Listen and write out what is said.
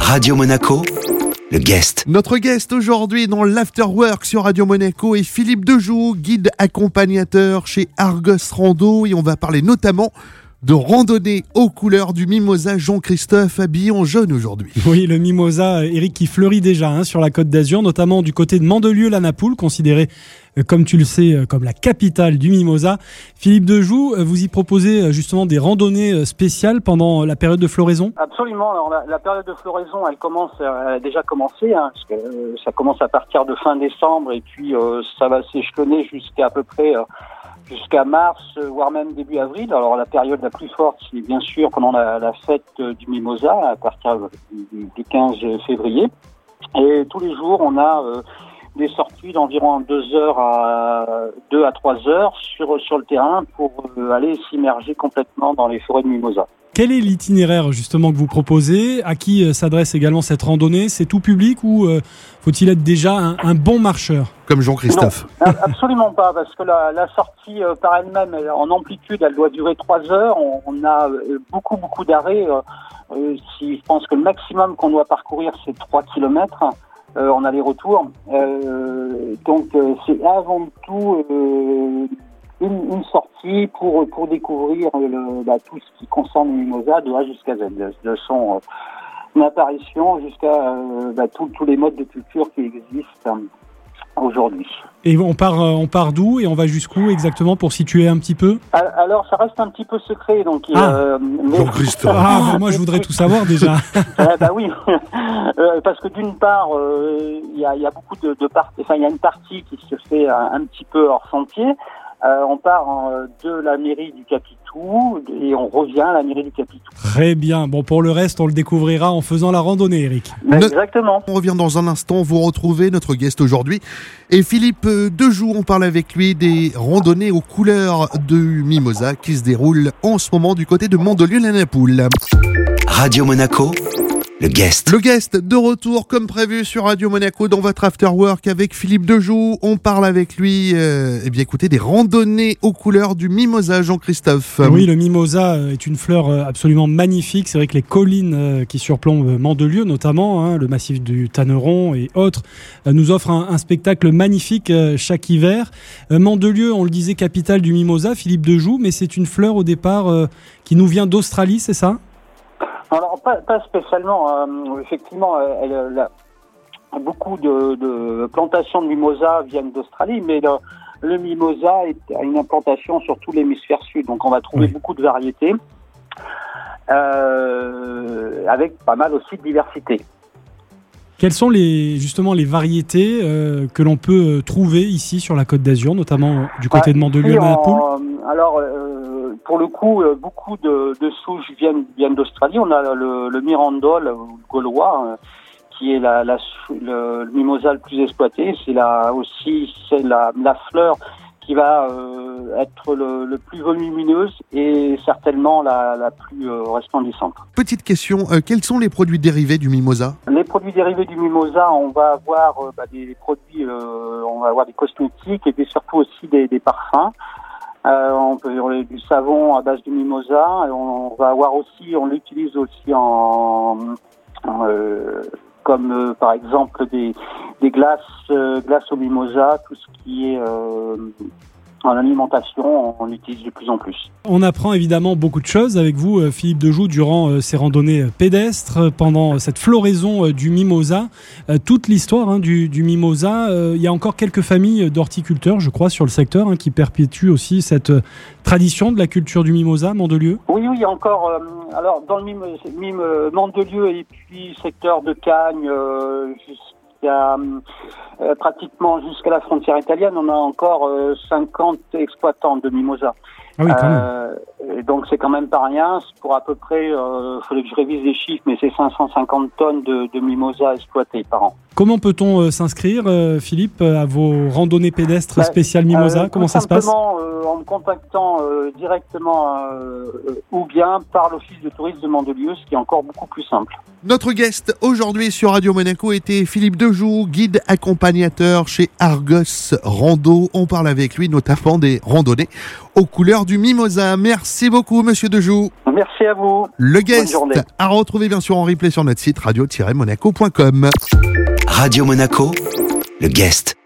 Radio Monaco, le guest. Notre guest aujourd'hui dans l'Afterwork sur Radio Monaco est Philippe Dejoux, guide accompagnateur chez Argos Rando, et on va parler notamment de randonnée aux couleurs du mimosa. Jean-Christophe habillé en jaune aujourd'hui. Oui, le mimosa, Eric, qui fleurit déjà sur la Côte d'Azur, notamment du côté de Mandelieu-la-Napoule, considéré, comme tu le sais, comme la capitale du mimosa. Philippe Dejoux, vous y proposez justement des randonnées spéciales pendant la période de floraison ? Absolument. Alors la période de floraison, elle a déjà commencé, parce que ça commence à partir de fin décembre et puis ça va s'échelonner jusqu'à peu près jusqu'à mars, voire même début avril. Alors la période la plus forte, c'est bien sûr pendant la fête du mimosa, à partir du 15 février. Et tous les jours, on a des sorties d'environ 2 à 3 heures sur le terrain pour aller s'immerger complètement dans les forêts de mimosa. Quel est l'itinéraire justement que vous proposez ? À qui s'adresse également cette randonnée ? C'est tout public ou faut-il être déjà un bon marcheur ? Comme Jean-Christophe. Non, absolument pas, parce que la sortie par elle-même, en amplitude, elle doit durer 3 heures. On a beaucoup d'arrêts. Je pense que le maximum qu'on doit parcourir, c'est 3 kilomètres en aller-retour. Donc c'est avant tout une sortie pour découvrir tout ce qui concerne le mimosa de A jusqu'à Z, de son apparition jusqu'à tous les modes de culture qui existent aujourd'hui. Et on part d'où et on va jusqu'où exactement pour situer un petit peu ? Alors ça reste un petit peu secret, donc. Jean-Christophe. Moi je voudrais tout savoir déjà. Oui, parce que d'une part il y a beaucoup de parties. Enfin il y a une partie qui se fait un petit peu hors sentier. On part de la mairie du Capitou et on revient à la mairie du Capitou. Très bien. Bon, pour le reste, on le découvrira en faisant la randonnée, Eric. Exactement. On revient dans un instant, vous retrouvez notre guest aujourd'hui. Et Philippe Dejoux, on parle avec lui des randonnées aux couleurs du mimosa qui se déroulent en ce moment du côté de Mandelieu-la-Napoule. Radio Monaco, le guest. Le guest de retour comme prévu sur Radio Monaco dans votre Afterwork avec Philippe Dejoux. On parle avec lui, écoutez, des randonnées aux couleurs du mimosa, Jean-Christophe. Oui, le mimosa est une fleur absolument magnifique. C'est vrai que les collines qui surplombent Mandelieu, notamment, le massif du Tanneron et autres, nous offrent un spectacle magnifique chaque hiver. Mandelieu, on le disait, capitale du mimosa, Philippe Dejoux, mais c'est une fleur au départ qui nous vient d'Australie, c'est ça ? Alors pas spécialement. Effectivement, beaucoup de plantations de mimosa viennent d'Australie, mais le mimosa a une implantation sur tout l'hémisphère sud. Donc on va trouver beaucoup de variétés, avec pas mal aussi de diversité. Quelles sont les variétés que l'on peut trouver ici sur la Côte d'Azur, notamment du côté de Mandelieu-la-Napoule ? Alors, pour le coup, beaucoup de souches viennent d'Australie. On a le Mirandol, le gaulois, qui est le mimosa le plus exploité. C'est la fleur qui va être le plus volumineuse et certainement la plus resplendissante. Petite question, quels sont les produits dérivés du mimosa ? Les produits dérivés du mimosa, on va avoir des produits, on va avoir des cosmétiques et puis surtout aussi des parfums. On peut avoir du savon à base de mimosa. On va avoir aussi, on l'utilise aussi comme par exemple des glaces au mimosa, tout ce qui est en alimentation, on l'utilise de plus en plus. On apprend évidemment beaucoup de choses avec vous, Philippe Dejoux, durant ces randonnées pédestres, pendant cette floraison du mimosa. Toute l'histoire du mimosa, il y a encore quelques familles d'horticulteurs, je crois, sur le secteur, qui perpétuent aussi cette tradition de la culture du mimosa, Mandelieu. Oui, il y a encore... alors, dans le Mandelieu et puis secteur de Cagnes, il y a pratiquement jusqu'à la frontière italienne, on a encore 50 exploitants de mimosa. Ah oui, quand même. Et donc c'est quand même pas rien. C'est pour à peu près, il faudrait que je révise les chiffres, mais c'est 550 tonnes de mimosa exploitées par an. Comment peut-on s'inscrire, Philippe, à vos randonnées pédestres spéciales mimosa ? Comment ça se passe ? En me contactant directement ou bien par l'office de tourisme de Mandelieu, ce qui est encore beaucoup plus simple. Notre guest aujourd'hui sur Radio Monaco était Philippe Dejoux, guide accompagnateur chez Argos Rando. On parle avec lui notamment des randonnées aux couleurs du mimosa. Merci beaucoup, monsieur Dejoux. Merci à vous. Le guest Bonne journée. à retrouver bien sûr en replay sur notre site radio-monaco.com. Radio Monaco, le guest.